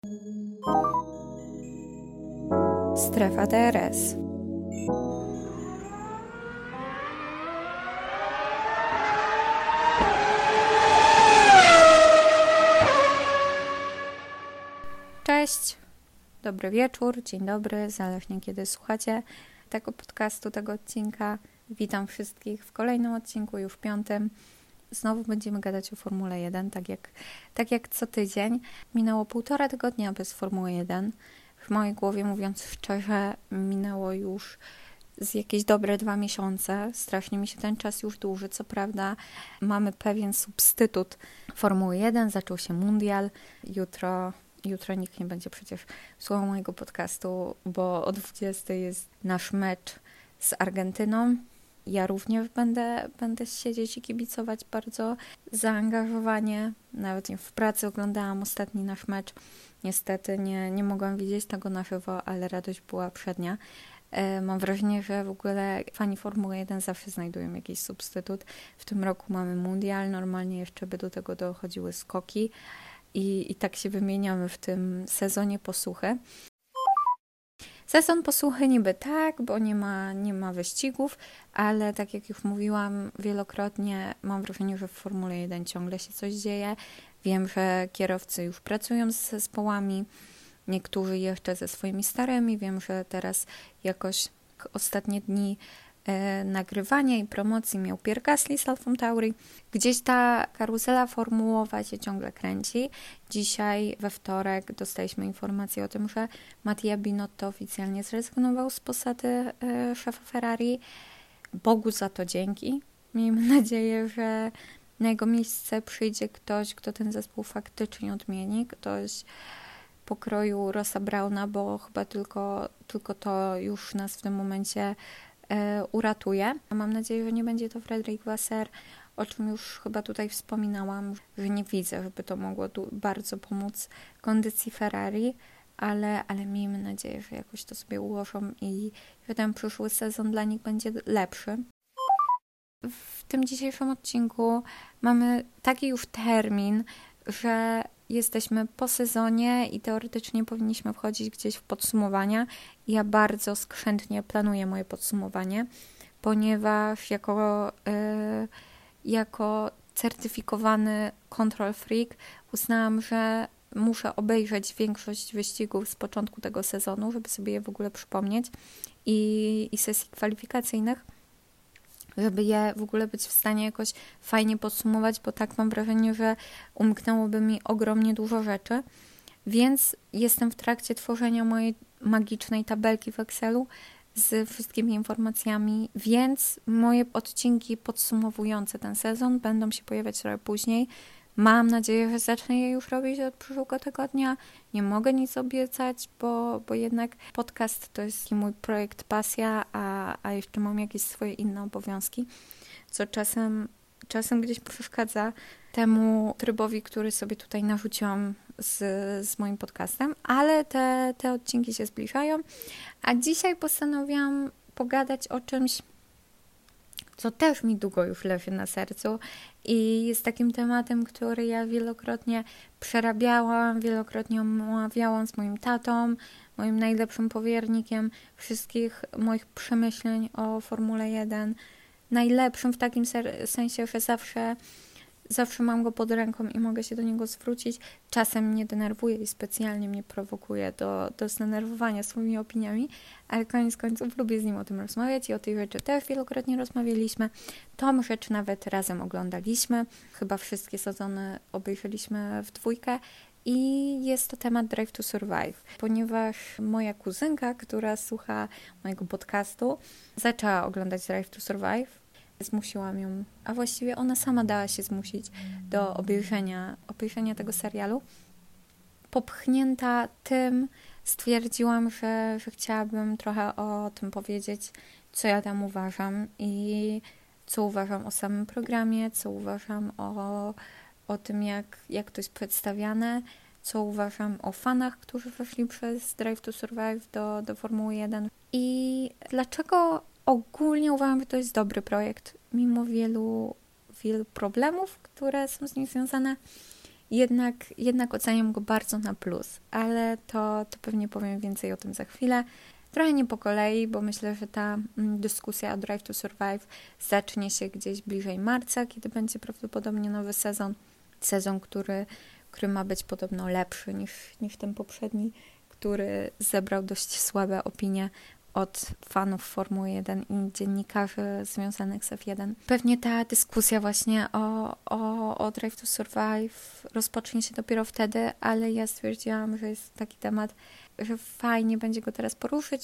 Strefa DRS. Cześć, dobry wieczór, dzień dobry, zależnie kiedy słuchacie tego podcastu, tego odcinka. Witam wszystkich w kolejnym odcinku, już 5. Znowu będziemy gadać o Formule 1, tak jak co tydzień. Minęło 1,5 tygodnia bez Formuły 1. W mojej głowie, mówiąc szczerze, minęło już z jakieś dobre 2 miesiące. Strasznie mi się ten czas już dłuży. Co prawda mamy pewien substytut Formuły 1. Zaczął się mundial. Jutro nikt nie będzie przecież słuchał mojego podcastu, bo o 20 jest nasz mecz z Argentyną. Ja również będę siedzieć i kibicować bardzo zaangażowanie. Nawet w pracy oglądałam ostatni nasz mecz. Niestety nie mogłam widzieć tego na żywo, ale radość była przednia. Mam wrażenie, że w ogóle fani Formuły 1 zawsze znajdują jakiś substytut. W tym roku mamy mundial, normalnie jeszcze by do tego dochodziły skoki i tak się wymieniamy w tym sezonie posłuchy. Sezon posłuchy niby tak, bo nie ma wyścigów, ale tak jak już mówiłam wielokrotnie, mam wrażenie, że w Formule 1 ciągle się coś dzieje. Wiem, że kierowcy już pracują z zespołami, niektórzy jeszcze ze swoimi starymi. Wiem, że teraz jakoś ostatnie dni nagrywania i promocji miał Pierre Gasly z Alfą Tauri. Gdzieś ta karuzela formułowa się ciągle kręci. Dzisiaj we wtorek dostaliśmy informację o tym, że Mattia Binotto oficjalnie zrezygnował z posady szefa Ferrari. Bogu za to dzięki. Miejmy nadzieję, że na jego miejsce przyjdzie ktoś, kto ten zespół faktycznie odmieni. Ktoś pokroju Rossa Brauna, bo chyba tylko to już nas w tym momencie uratuje. Mam nadzieję, że nie będzie to Frederic Vasseur, o czym już chyba tutaj wspominałam, że nie widzę, żeby to mogło tu bardzo pomóc kondycji Ferrari, ale miejmy nadzieję, że jakoś to sobie ułożą i że ten przyszły sezon dla nich będzie lepszy. W tym dzisiejszym odcinku mamy taki już termin, że jesteśmy po sezonie i teoretycznie powinniśmy wchodzić gdzieś w podsumowania. Ja bardzo skrzętnie planuję moje podsumowanie, ponieważ jako certyfikowany control freak uznałam, że muszę obejrzeć większość wyścigów z początku tego sezonu, żeby sobie je w ogóle przypomnieć i sesji kwalifikacyjnych, żeby je w ogóle być w stanie jakoś fajnie podsumować, bo tak mam wrażenie, że umknęłoby mi ogromnie dużo rzeczy. Więc jestem w trakcie tworzenia mojej magicznej tabelki w Excelu z wszystkimi informacjami, więc moje odcinki podsumowujące ten sezon będą się pojawiać trochę później. Mam nadzieję, że zacznę je już robić od przyszłego tygodnia. Nie mogę nic obiecać, bo jednak podcast to jest mój projekt pasja, a jeszcze mam jakieś swoje inne obowiązki, co czasem gdzieś przeszkadza temu trybowi, który sobie tutaj narzuciłam z moim podcastem, ale te odcinki się zbliżają, a dzisiaj postanowiłam pogadać o czymś, co też mi długo już leży na sercu i jest takim tematem, który ja wielokrotnie przerabiałam, wielokrotnie omawiałam z moim tatą, moim najlepszym powiernikiem wszystkich moich przemyśleń o Formule 1. Najlepszym w takim sensie, że zawsze mam go pod ręką i mogę się do niego zwrócić. Czasem mnie denerwuje i specjalnie mnie prowokuje do zdenerwowania swoimi opiniami, ale koniec końców lubię z nim o tym rozmawiać i o tej rzeczy też wielokrotnie rozmawialiśmy. Tą rzecz nawet razem oglądaliśmy. Chyba wszystkie sezony obejrzeliśmy w dwójkę i jest to temat Drive to Survive, ponieważ moja kuzynka, która słucha mojego podcastu, zaczęła oglądać Drive to Survive. Zmusiłam ją, a właściwie ona sama dała się zmusić do obejrzenia tego serialu. Popchnięta tym stwierdziłam, że chciałabym trochę o tym powiedzieć, co ja tam uważam i co uważam o samym programie, co uważam o tym, jak to jest przedstawiane, co uważam o fanach, którzy weszli przez Drive to Survive do Formuły 1 i dlaczego ogólnie uważam, że to jest dobry projekt, mimo wielu problemów, które są z nim związane jednak oceniam go bardzo na plus, ale to pewnie powiem więcej o tym za chwilę. Trochę nie po kolei, bo myślę, że ta dyskusja o Drive to Survive zacznie się gdzieś bliżej marca, kiedy będzie prawdopodobnie nowy sezon. Sezon, który ma być podobno lepszy niż ten poprzedni, który zebrał dość słabe opinie od fanów Formuły 1 i dziennikarzy związanych z F1. Pewnie ta dyskusja właśnie o Drive to Survive rozpocznie się dopiero wtedy, ale ja stwierdziłam, że jest taki temat, że fajnie będzie go teraz poruszyć.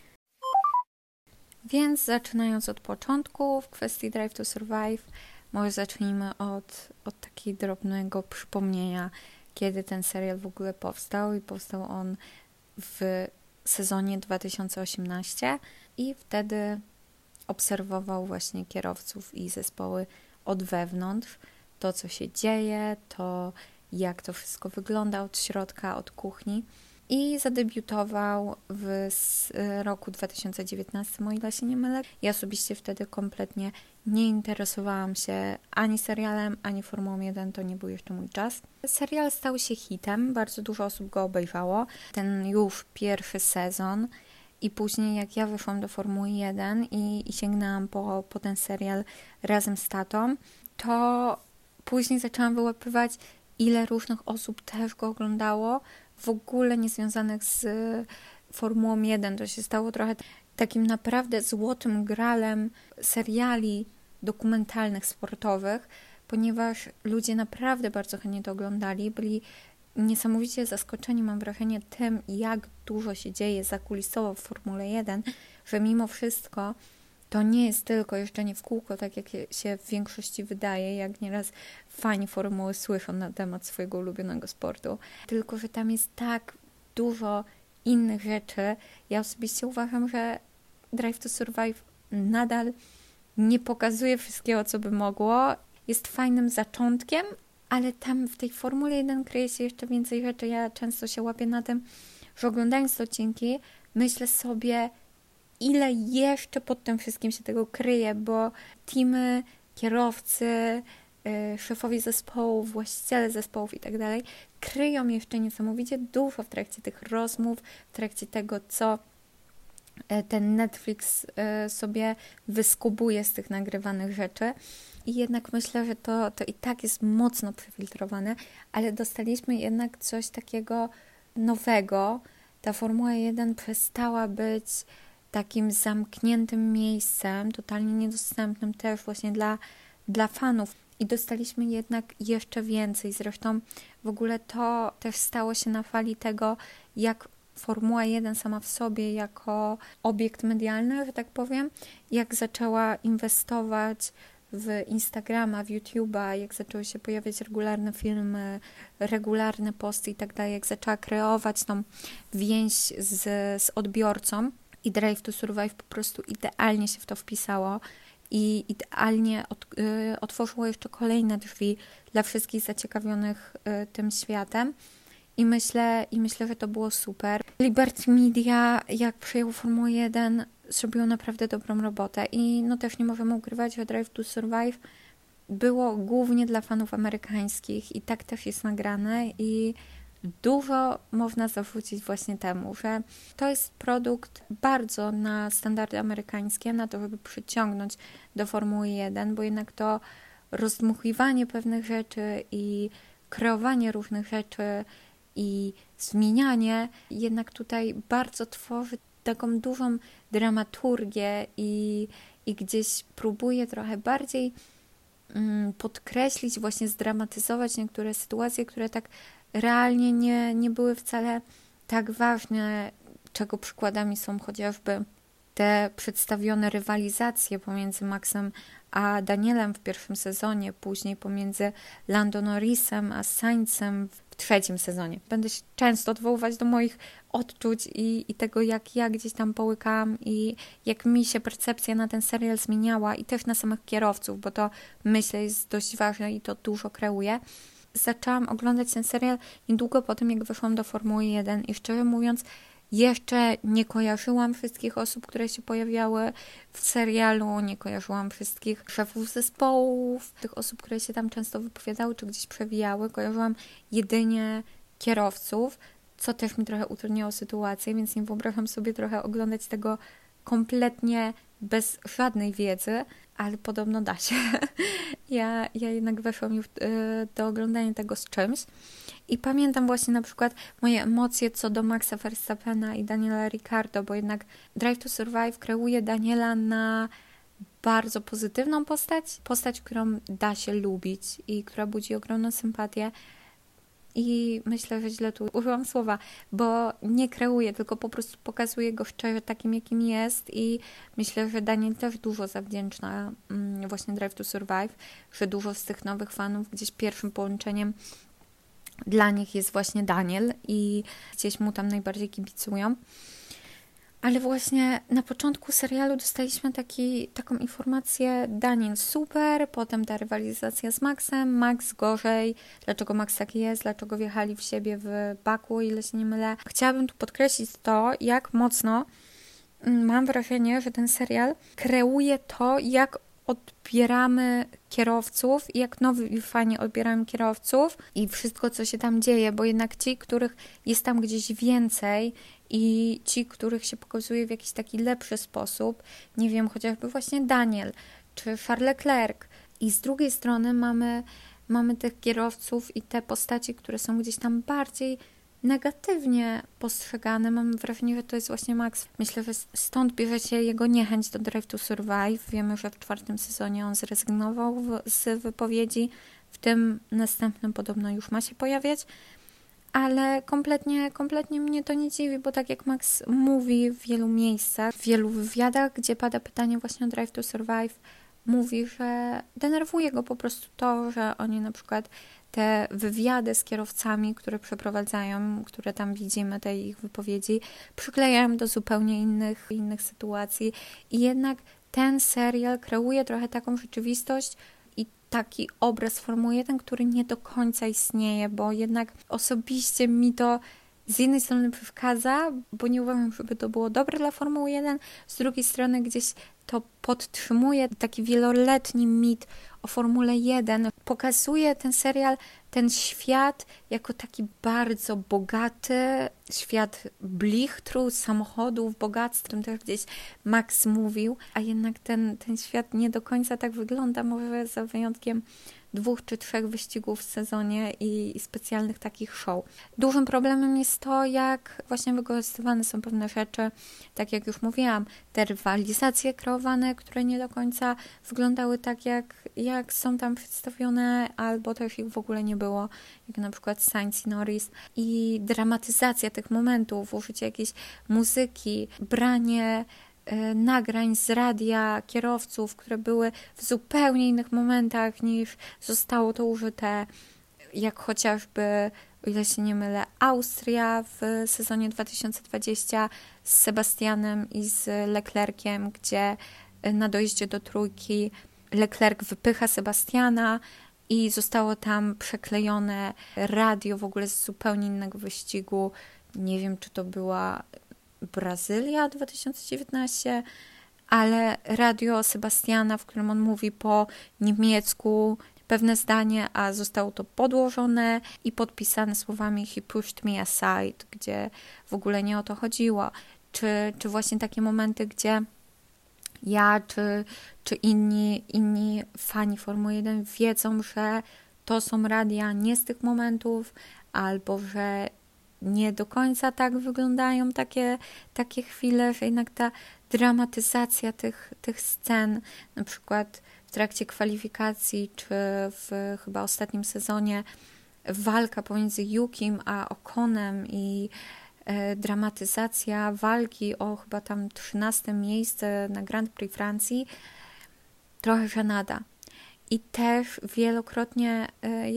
Więc zaczynając od początku, w kwestii Drive to Survive, może zacznijmy od takiego drobnego przypomnienia, kiedy ten serial w ogóle powstał i powstał on w sezonie 2018 i wtedy obserwował właśnie kierowców i zespoły od wewnątrz, to co się dzieje, to jak to wszystko wygląda od środka, od kuchni. I zadebiutował w roku 2019, o ile się nie mylę. Ja osobiście wtedy kompletnie nie interesowałam się ani serialem, ani Formułą 1, to nie był jeszcze mój czas. Serial stał się hitem, bardzo dużo osób go obejrzało. Ten już pierwszy sezon i później jak ja wyszłam do Formuły 1 i sięgnęłam po ten serial razem z tatą, to później zaczęłam wyłapywać, ile różnych osób też go oglądało, w ogóle niezwiązanych z Formułą 1. To się stało trochę takim naprawdę złotym gralem seriali dokumentalnych, sportowych, ponieważ ludzie naprawdę bardzo chętnie to oglądali, byli niesamowicie zaskoczeni, mam wrażenie, tym, jak dużo się dzieje zakulisowo w Formule 1, że mimo wszystko to nie jest tylko jeżdżenie w kółko, tak jak się w większości wydaje, jak nieraz fani formuły słyszą na temat swojego ulubionego sportu. Tylko że tam jest tak dużo innych rzeczy. Ja osobiście uważam, że Drive to Survive nadal nie pokazuje wszystkiego, co by mogło. Jest fajnym zaczątkiem, ale tam w tej Formule 1 kryje się jeszcze więcej rzeczy. Ja często się łapię na tym, że oglądając te odcinki, myślę sobie, ile jeszcze pod tym wszystkim się tego kryje, bo teamy, kierowcy, szefowie zespołów, właściciele zespołów i tak dalej kryją jeszcze niesamowicie dużo w trakcie tych rozmów, w trakcie tego, co ten Netflix sobie wyskubuje z tych nagrywanych rzeczy. I jednak myślę, że to i tak jest mocno przefiltrowane, ale dostaliśmy jednak coś takiego nowego. Ta Formuła 1 przestała być takim zamkniętym miejscem, totalnie niedostępnym też właśnie dla fanów. I dostaliśmy jednak jeszcze więcej. Zresztą w ogóle to też stało się na fali tego, jak Formuła 1 sama w sobie jako obiekt medialny, że tak powiem, jak zaczęła inwestować w Instagrama, w YouTube'a, jak zaczęły się pojawiać regularne filmy, regularne posty i tak dalej, jak zaczęła kreować tą więź z odbiorcą. I Drive to Survive po prostu idealnie się w to wpisało i idealnie otworzyło jeszcze kolejne drzwi dla wszystkich zaciekawionych tym światem. I myślę, że to było super. Liberty Media, jak przyjęło Formułę 1, zrobiło naprawdę dobrą robotę. I no też nie możemy ukrywać, że Drive to Survive było głównie dla fanów amerykańskich i tak też jest nagrane i dużo można zarzucić właśnie temu, że to jest produkt bardzo na standardy amerykańskie, na to, żeby przyciągnąć do Formuły 1, bo jednak to rozdmuchiwanie pewnych rzeczy i kreowanie różnych rzeczy i zmienianie jednak tutaj bardzo tworzy taką dużą dramaturgię i gdzieś próbuje trochę bardziej podkreślić, właśnie zdramatyzować niektóre sytuacje, które tak realnie nie były wcale tak ważne, czego przykładami są chociażby te przedstawione rywalizacje pomiędzy Maxem a Danielem w pierwszym sezonie, później pomiędzy Lando Norrisem a Sainzem w trzecim sezonie. Będę się często odwoływać do moich odczuć i tego, jak ja gdzieś tam połykałam i jak mi się percepcja na ten serial zmieniała i też na samych kierowców, bo to myślę jest dość ważne i to dużo kreuje. Zaczęłam oglądać ten serial niedługo po tym, jak weszłam do Formuły 1 i szczerze mówiąc, Jeszcze nie kojarzyłam wszystkich osób, które się pojawiały w serialu, nie kojarzyłam wszystkich szefów zespołów, tych osób, które się tam często wypowiadały, czy gdzieś przewijały. Kojarzyłam jedynie kierowców, co też mi trochę utrudniało sytuację, więc nie wyobrażam sobie trochę oglądać tego kompletnie bez żadnej wiedzy, ale podobno da się. Ja jednak weszłam już do oglądania tego z czymś i pamiętam właśnie na przykład moje emocje co do Maxa Verstappena i Daniela Ricciardo, bo jednak Drive to Survive kreuje Daniela na bardzo pozytywną postać, którą da się lubić i która budzi ogromną sympatię. I myślę, że źle tu użyłam słowa, bo nie kreuje, tylko po prostu pokazuje go szczerze takim, jakim jest i myślę, że Daniel też dużo zawdzięcza właśnie Drive to Survive, że dużo z tych nowych fanów gdzieś pierwszym połączeniem dla nich jest właśnie Daniel i gdzieś mu tam najbardziej kibicują. Ale właśnie na początku serialu dostaliśmy taką informację: Daniel super, potem ta rywalizacja z Maxem, Max gorzej, dlaczego Max tak jest, dlaczego wjechali w siebie w Baku, ile się nie mylę. Chciałabym tu podkreślić to, jak mocno mam wrażenie, że ten serial kreuje to, jak odbieramy kierowców i jak nowi fani odbierają kierowców i wszystko, co się tam dzieje, bo jednak ci, których jest tam gdzieś więcej i ci, których się pokazuje w jakiś taki lepszy sposób, nie wiem, chociażby właśnie Daniel czy Charles Leclerc, i z drugiej strony mamy tych kierowców i te postaci, które są gdzieś tam bardziej negatywnie postrzegane. Mam wrażenie, że to jest właśnie Max. Myślę, że stąd bierze się jego niechęć do Drive to Survive. Wiemy, że w 4. sezonie on zrezygnował z wypowiedzi. W tym następnym podobno już ma się pojawiać. Ale kompletnie mnie to nie dziwi, bo tak jak Max mówi w wielu miejscach, w wielu wywiadach, gdzie pada pytanie właśnie o Drive to Survive, mówi, że denerwuje go po prostu to, że oni na przykład te wywiady z kierowcami, które przeprowadzają, które tam widzimy, te ich wypowiedzi, przyklejają do zupełnie innych sytuacji. I jednak ten serial kreuje trochę taką rzeczywistość i taki obraz formuje ten, który nie do końca istnieje, bo jednak osobiście mi to z jednej strony przeszkadza, bo nie uważam, żeby to było dobre dla Formuły 1, z drugiej strony gdzieś to podtrzymuje taki wieloletni mit o Formule 1. Pokazuje ten serial, ten świat jako taki bardzo bogaty, świat blichtru, samochodów, bogactwem, też gdzieś Max mówił, a jednak ten świat nie do końca tak wygląda, może za wyjątkiem 2 czy 3 wyścigów w sezonie i specjalnych takich show. Dużym problemem jest to, jak właśnie wykorzystywane są pewne rzeczy, tak jak już mówiłam, te rywalizacje kreowane, które nie do końca wyglądały tak, jak są tam przedstawione, albo też ich w ogóle nie było, jak na przykład Sainz i Norris, i dramatyzacja tych momentów, użycie jakiejś muzyki, branie nagrań z radia kierowców, które były w zupełnie innych momentach niż zostało to użyte, jak chociażby, o ile się nie mylę, Austria w sezonie 2020 z Sebastianem i z Leclerciem, gdzie na dojeździe do trójki Leclerc wypycha Sebastiana i zostało tam przeklejone radio w ogóle z zupełnie innego wyścigu. Nie wiem, czy to była Brazylia 2019, ale radio Sebastiana, w którym on mówi po niemiecku pewne zdanie, a zostało to podłożone i podpisane słowami "he pushed me aside", gdzie w ogóle nie o to chodziło. Czy właśnie takie momenty, gdzie ja czy inni fani Formuły 1 wiedzą, że to są radia nie z tych momentów, albo że nie do końca tak wyglądają takie chwile, że jednak ta dramatyzacja tych scen, na przykład w trakcie kwalifikacji, czy w chyba ostatnim sezonie walka pomiędzy Yukim a Oconem i dramatyzacja walki o chyba tam 13. miejsce na Grand Prix Francji, trochę żenada. I też wielokrotnie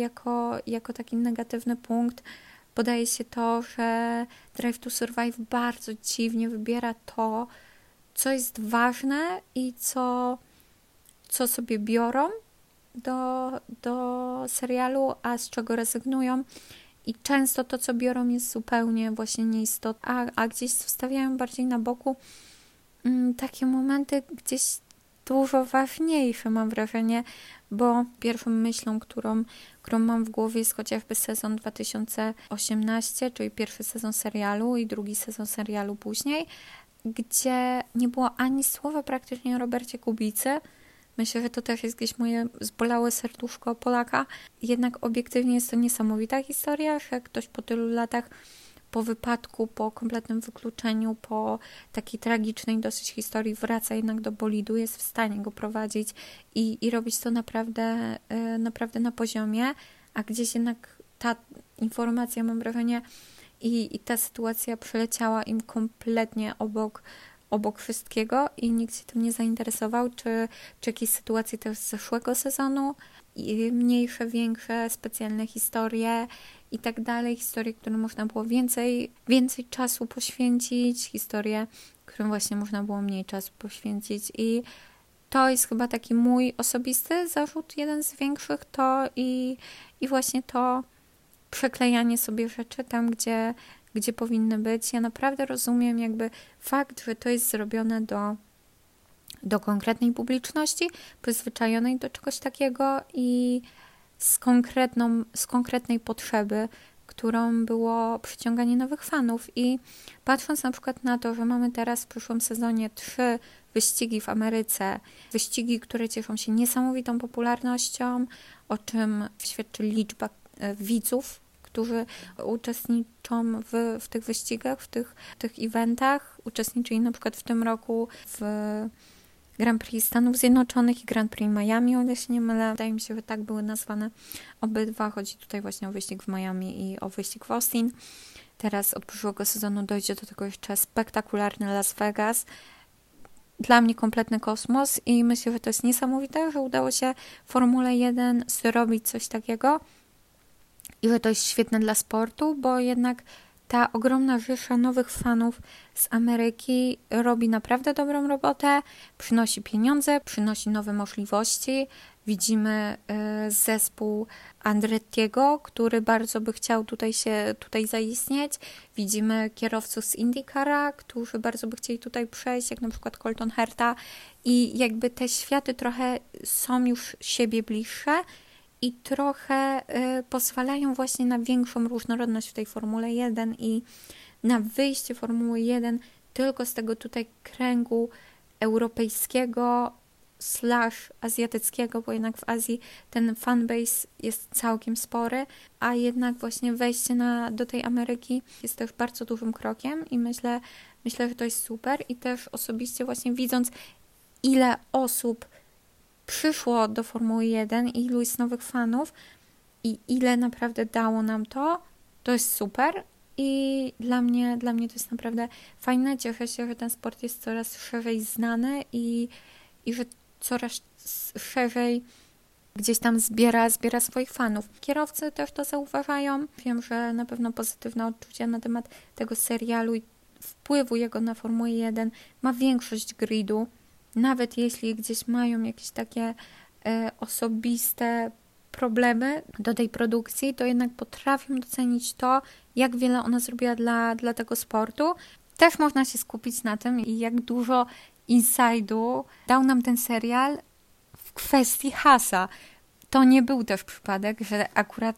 jako taki negatywny punkt podaje się to, że Drive to Survive bardzo dziwnie wybiera to, co jest ważne i co sobie biorą do serialu, a z czego rezygnują. i często to, co biorą, jest zupełnie właśnie nieistotne, a gdzieś zostawiają bardziej na boku takie momenty gdzieś dużo ważniejsze, mam wrażenie, bo pierwszą myślą, którą mam w głowie, jest chociażby sezon 2018, czyli pierwszy sezon serialu i drugi sezon serialu później, gdzie nie było ani słowa praktycznie o Robercie Kubicy. Myślę, że to też jest gdzieś moje zbolałe serduszko Polaka. Jednak obiektywnie jest to niesamowita historia, że ktoś po tylu latach, po wypadku, po kompletnym wykluczeniu, po takiej tragicznej dosyć historii wraca jednak do bolidu, jest w stanie go prowadzić i robić to naprawdę na poziomie, a gdzieś jednak ta informacja, mam wrażenie, i ta sytuacja przeleciała im kompletnie obok wszystkiego i nikt się tym nie zainteresował, czy jakieś sytuacje też z zeszłego sezonu, i mniejsze, większe, specjalne historie i tak dalej, historie, którym można było więcej czasu poświęcić, historie, którym właśnie można było mniej czasu poświęcić i to jest chyba taki mój osobisty zarzut, jeden z większych, to i właśnie to przeklejanie sobie rzeczy tam, gdzie powinny być. Ja naprawdę rozumiem jakby fakt, że to jest zrobione do konkretnej publiczności, przyzwyczajonej do czegoś takiego i z konkretnej potrzeby, którą było przyciąganie nowych fanów. I patrząc na przykład na to, że mamy teraz w przyszłym sezonie 3 wyścigi w Ameryce, wyścigi, które cieszą się niesamowitą popularnością, o czym świadczy liczba widzów, którzy uczestniczą w tych wyścigach, w tych eventach. Uczestniczyli na przykład w tym roku w Grand Prix Stanów Zjednoczonych i Grand Prix Miami, o ile się nie mylę. Wydaje mi się, że tak były nazwane obydwa. Chodzi tutaj właśnie o wyścig w Miami i o wyścig w Austin. Teraz od przyszłego sezonu dojdzie do tego jeszcze spektakularny Las Vegas. Dla mnie kompletny kosmos i myślę, że to jest niesamowite, że udało się Formule 1 zrobić coś takiego i że to jest świetne dla sportu, bo jednak ta ogromna rzesza nowych fanów z Ameryki robi naprawdę dobrą robotę, przynosi pieniądze, przynosi nowe możliwości. Widzimy zespół Andrettiego, który bardzo by chciał tutaj zaistnieć. Widzimy kierowców z IndyCara, którzy bardzo by chcieli tutaj przejść, jak na przykład Colton Herta. I jakby te światy trochę są już siebie bliższe i trochę pozwalają właśnie na większą różnorodność w tej Formule 1 i na wyjście Formuły 1 tylko z tego tutaj kręgu europejskiego / azjatyckiego, bo jednak w Azji ten fanbase jest całkiem spory, a jednak właśnie wejście do tej Ameryki jest też bardzo dużym krokiem i myślę, że to jest super i też osobiście właśnie widząc, ile osób przyszło do Formuły 1 i ilu jest nowych fanów i ile naprawdę dało nam to jest super i dla mnie to jest naprawdę fajne. Cieszę się, że ten sport jest coraz szerzej znany i że coraz szerzej gdzieś tam zbiera swoich fanów. Kierowcy też to zauważają. Wiem, że na pewno pozytywne odczucia na temat tego serialu i wpływu jego na Formułę 1 ma większość gridu. Nawet jeśli gdzieś mają jakieś takie osobiste problemy do tej produkcji, to jednak potrafią docenić to, jak wiele ona zrobiła dla tego sportu. Też można się skupić na tym, jak dużo inside'u dał nam ten serial w kwestii Haasa. To nie był też przypadek, że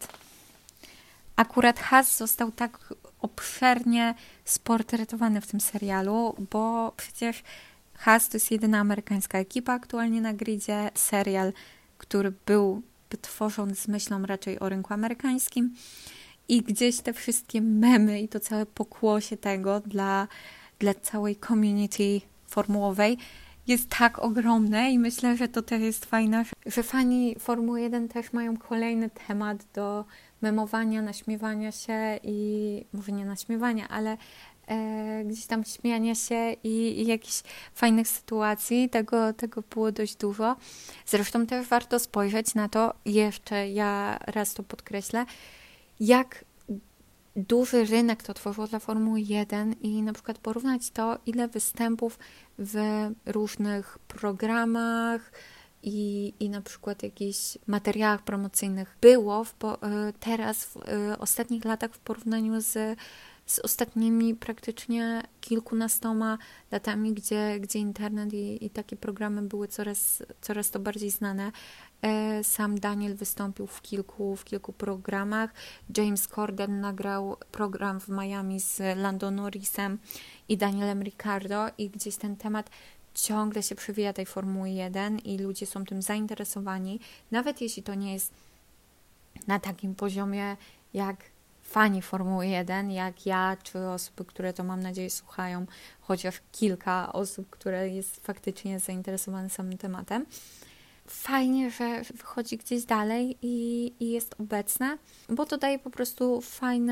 akurat Haas został tak obszernie sportretowany w tym serialu, bo przecież Haas to jest jedyna amerykańska ekipa aktualnie na gridzie. Serial, który był tworzony z myślą raczej o rynku amerykańskim i gdzieś te wszystkie memy i to całe pokłosie tego dla całej community formułowej jest tak ogromne i myślę, że to też jest fajne, że fani Formuły 1 też mają kolejny temat do memowania, naśmiewania się i może nie naśmiewania, ale gdzieś tam śmiania się i jakichś fajnych sytuacji. Tego było dość dużo. Zresztą też warto spojrzeć na to, jeszcze ja raz to podkreślę, jak duży rynek to tworzyło dla Formuły 1 i na przykład porównać to, ile występów w różnych programach, i na przykład jakichś materiałach promocyjnych było teraz w ostatnich latach w porównaniu z ostatnimi praktycznie kilkunastoma latami, gdzie internet i takie programy były coraz to bardziej znane. Sam Daniel wystąpił w kilku programach. James Corden nagrał program w Miami z Lando Norrisem i Danielem Ricciardo i gdzieś ten temat ciągle się przewija tej Formuły 1 i ludzie są tym zainteresowani, nawet jeśli to nie jest na takim poziomie jak fani Formuły 1, jak ja, czy osoby, które to mam nadzieję słuchają, chociaż kilka osób, które jest faktycznie zainteresowane samym tematem. Fajnie, że wychodzi gdzieś dalej i jest obecne, bo to daje po prostu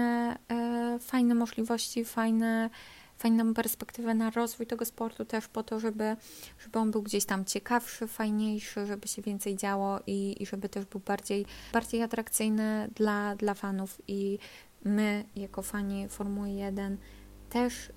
fajne możliwości, fajną perspektywę na rozwój tego sportu też po to, żeby on był gdzieś tam ciekawszy, fajniejszy, żeby się więcej działo i żeby też był bardziej atrakcyjny dla fanów i my jako fani Formuły 1 też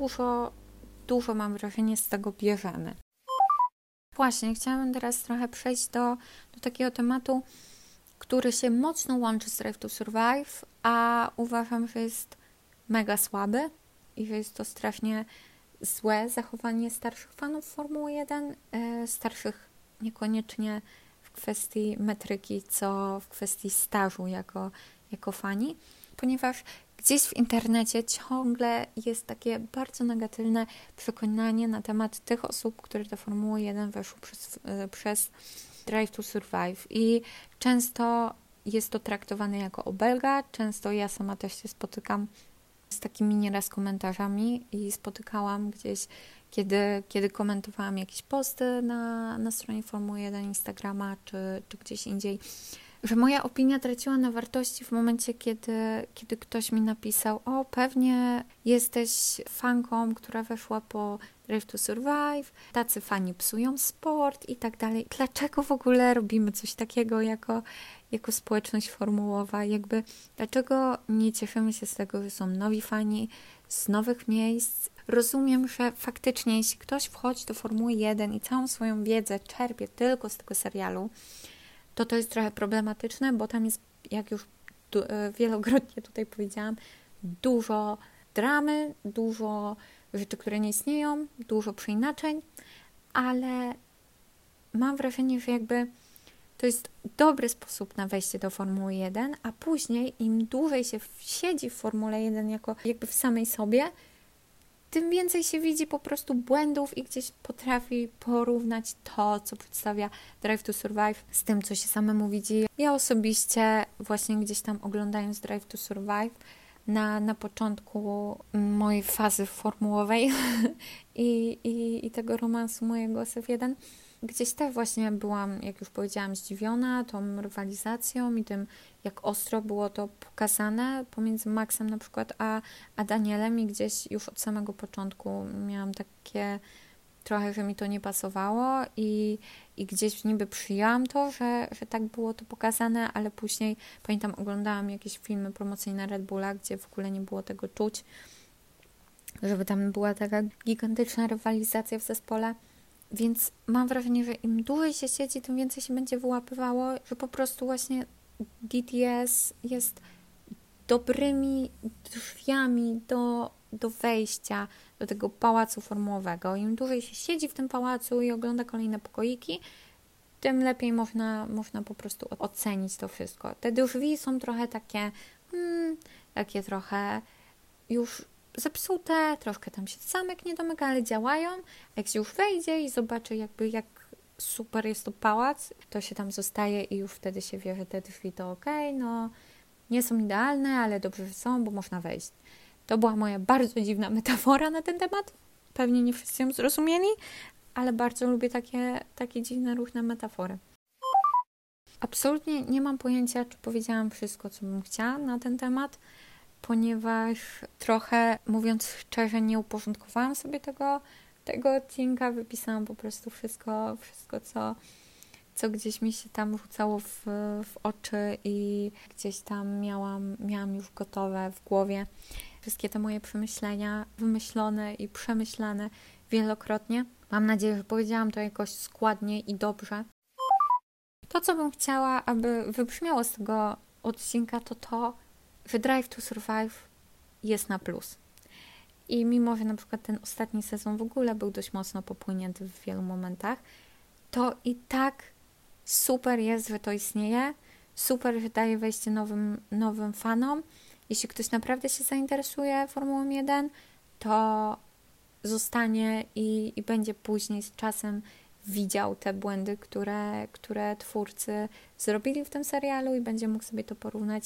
dużo mam wrażenie z tego bierzemy. Właśnie, chciałabym teraz trochę przejść do takiego tematu, który się mocno łączy z Drive to Survive, a uważam, że jest mega słaby i że jest to strasznie złe zachowanie starszych fanów Formuły 1, starszych niekoniecznie w kwestii metryki, co w kwestii stażu jako fani, ponieważ gdzieś w internecie ciągle jest takie bardzo negatywne przekonanie na temat tych osób, które do Formuły 1 weszły przez Drive to Survive i często jest to traktowane jako obelga, często ja sama też się spotykam z takimi nieraz komentarzami i spotykałam gdzieś, kiedy komentowałam jakieś posty na stronie Formuły 1 Instagrama czy gdzieś indziej, że moja opinia traciła na wartości w momencie, kiedy ktoś mi napisał: o, pewnie jesteś fanką, która weszła po Drive to Survive, tacy fani psują sport i tak dalej. Dlaczego w ogóle robimy coś takiego jako społeczność formułowa? Dlaczego nie cieszymy się z tego, że są nowi fani z nowych miejsc? Rozumiem, że faktycznie jeśli ktoś wchodzi do Formuły 1 i całą swoją wiedzę czerpie tylko z tego serialu, to jest trochę problematyczne, bo tam jest, jak już wielokrotnie tutaj powiedziałam, dużo dramy, dużo rzeczy, które nie istnieją, dużo przeinaczeń, ale mam wrażenie, że to jest dobry sposób na wejście do Formuły 1, a później im dłużej się siedzi w Formule 1 jakby w samej sobie, tym więcej się widzi po prostu błędów i gdzieś potrafi porównać to, co przedstawia Drive to Survive z tym, co się samemu widzi. Ja osobiście właśnie gdzieś tam oglądając Drive to Survive na początku mojej fazy formułowej i tego romansu mojego z F1, gdzieś też właśnie byłam, jak już powiedziałam, zdziwiona tą rywalizacją i tym, jak ostro było to pokazane pomiędzy Maxem na przykład a Danielem i gdzieś już od samego początku miałam takie trochę, że mi to nie pasowało i gdzieś niby przyjęłam to, że tak było to pokazane, ale później pamiętam, oglądałam jakieś filmy promocyjne Red Bulla, gdzie w ogóle nie było tego czuć, żeby tam była taka gigantyczna rywalizacja w zespole. Więc mam wrażenie, że im dłużej się siedzi, tym więcej się będzie wyłapywało, że po prostu właśnie DTS jest dobrymi drzwiami do wejścia do tego pałacu formułowego. Im dłużej się siedzi w tym pałacu i ogląda kolejne pokoiki, tym lepiej można po prostu ocenić to wszystko. Te drzwi są trochę takie trochę już zepsute, troszkę tam się zamek nie domyka, ale działają. Jak się już wejdzie i zobaczy jak super jest to pałac, to się tam zostaje i już wtedy się wie, że te drzwi to okej, no nie są idealne, ale dobrze, że są, bo można wejść. To była moja bardzo dziwna metafora na ten temat. Pewnie nie wszyscy ją zrozumieli, ale bardzo lubię takie dziwne, różne metafory. Absolutnie nie mam pojęcia, czy powiedziałam wszystko, co bym chciała na ten temat, ponieważ trochę, mówiąc szczerze, nie uporządkowałam sobie tego odcinka, wypisałam po prostu wszystko co gdzieś mi się tam rzucało w oczy i gdzieś tam miałam już gotowe w głowie wszystkie te moje przemyślenia, wymyślone i przemyślane wielokrotnie. Mam nadzieję, że powiedziałam to jakoś składnie i dobrze. To, co bym chciała, aby wybrzmiało z tego odcinka, to, że Drive to Survive jest na plus. I mimo, że na przykład ten ostatni sezon w ogóle był dość mocno popłynięty w wielu momentach, to i tak super jest, że to istnieje. Super, że daje wejście nowym fanom. Jeśli ktoś naprawdę się zainteresuje Formułą 1, to zostanie i będzie później z czasem widział te błędy, które twórcy zrobili w tym serialu i będzie mógł sobie to porównać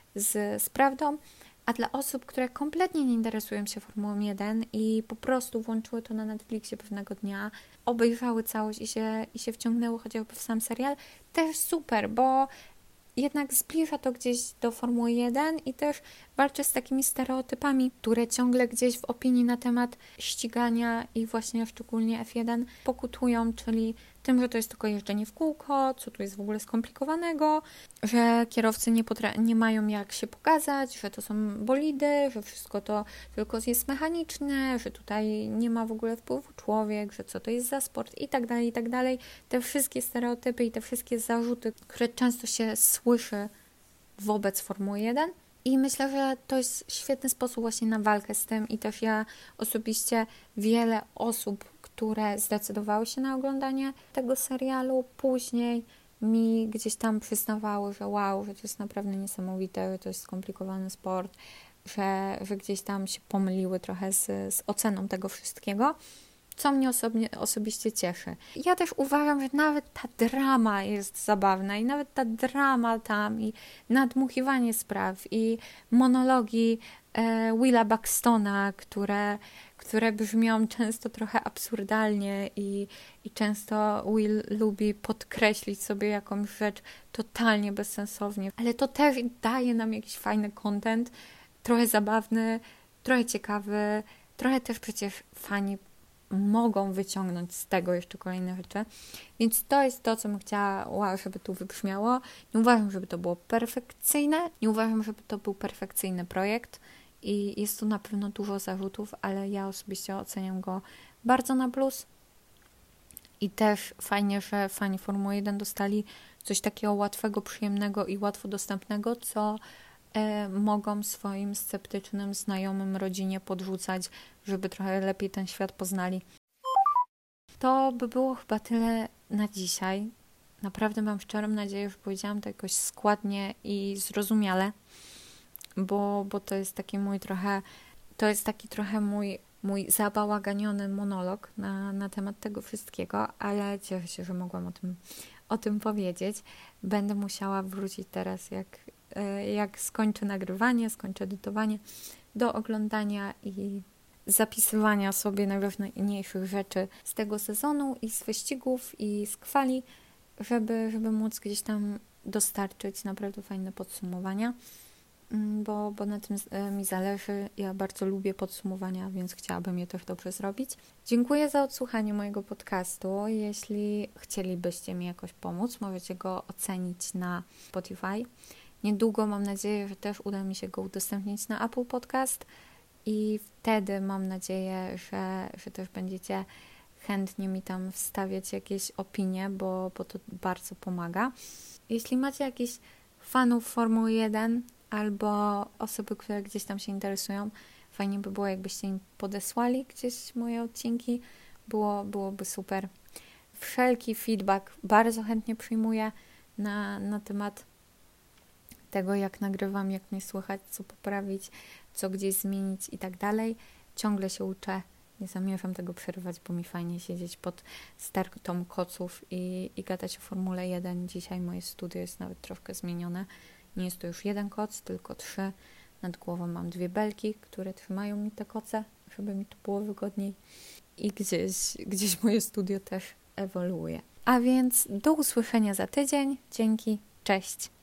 z prawdą. A dla osób, które kompletnie nie interesują się Formułą 1 i po prostu włączyły to na Netflixie pewnego dnia, obejrzały całość i się wciągnęły chociażby w sam serial, też super, bo jednak zbliża to gdzieś do Formuły 1 i też walczy z takimi stereotypami, które ciągle gdzieś w opinii na temat ścigania i właśnie szczególnie F1 pokutują, czyli tym, że to jest tylko jeżdżenie w kółko, co tu jest w ogóle skomplikowanego, że kierowcy nie mają jak się pokazać, że to są bolidy, że wszystko to tylko jest mechaniczne, że tutaj nie ma w ogóle wpływu człowiek, że co to jest za sport i tak dalej, i tak dalej. Te wszystkie stereotypy i te wszystkie zarzuty, które często się słyszy wobec Formuły 1. I myślę, że to jest świetny sposób właśnie na walkę z tym i też ja osobiście wiele osób, które zdecydowały się na oglądanie tego serialu, później mi gdzieś tam przyznawały, że wow, że to jest naprawdę niesamowite, że to jest skomplikowany sport, że gdzieś tam się pomyliły trochę z oceną tego wszystkiego, co mnie osobiście cieszy. Ja też uważam, że nawet ta drama jest zabawna i nawet ta drama tam i nadmuchiwanie spraw i monologi Willa Buxtona, które brzmią często trochę absurdalnie i często Will lubi podkreślić sobie jakąś rzecz totalnie bezsensownie, ale to też daje nam jakiś fajny content, trochę zabawny, trochę ciekawy, trochę też przecież fani mogą wyciągnąć z tego jeszcze kolejne rzeczy. Więc to jest to, co bym chciała, żeby tu wybrzmiało. Nie uważam, żeby to było perfekcyjne. Nie uważam, żeby to był perfekcyjny projekt. I jest tu na pewno dużo zarzutów, ale ja osobiście oceniam go bardzo na plus. I też fajnie, że fani Formuły 1 dostali coś takiego łatwego, przyjemnego i łatwo dostępnego, co mogą swoim sceptycznym znajomym, rodzinie podrzucać, żeby trochę lepiej ten świat poznali. To by było chyba tyle na dzisiaj. Naprawdę mam szczerą nadzieję, że powiedziałam to jakoś składnie i zrozumiale, bo to jest taki mój zabałaganiony monolog na temat tego wszystkiego, ale cieszę się, że mogłam o tym powiedzieć. Będę musiała wrócić teraz, jak skończę nagrywanie, skończę edytowanie, do oglądania i zapisywania sobie najważniejszych rzeczy z tego sezonu i z wyścigów i z kwali, żeby móc gdzieś tam dostarczyć naprawdę fajne podsumowania, bo na tym mi zależy. Ja bardzo lubię podsumowania, więc chciałabym je też dobrze zrobić. Dziękuję za odsłuchanie mojego podcastu. Jeśli chcielibyście mi jakoś pomóc, możecie go ocenić na Spotify. Niedługo mam nadzieję, że też uda mi się go udostępnić na Apple Podcast i wtedy mam nadzieję, że też będziecie chętnie mi tam wstawiać jakieś opinie, bo to bardzo pomaga. Jeśli macie jakichś fanów Formuły 1 albo osoby, które gdzieś tam się interesują, fajnie by było, jakbyście im podesłali gdzieś moje odcinki. Byłoby super. Wszelki feedback bardzo chętnie przyjmuję na temat tego, jak nagrywam, jak mnie słychać, co poprawić, co gdzieś zmienić i tak dalej. Ciągle się uczę. Nie zamierzam tego przerywać, bo mi fajnie siedzieć pod stertą koców i gadać o Formule 1. Dzisiaj moje studio jest nawet troszkę zmienione. Nie jest to już jeden koc, tylko 3. Nad głową mam 2 belki, które trzymają mi te koce, żeby mi tu było wygodniej. I gdzieś moje studio też ewoluuje. A więc do usłyszenia za tydzień. Dzięki. Cześć.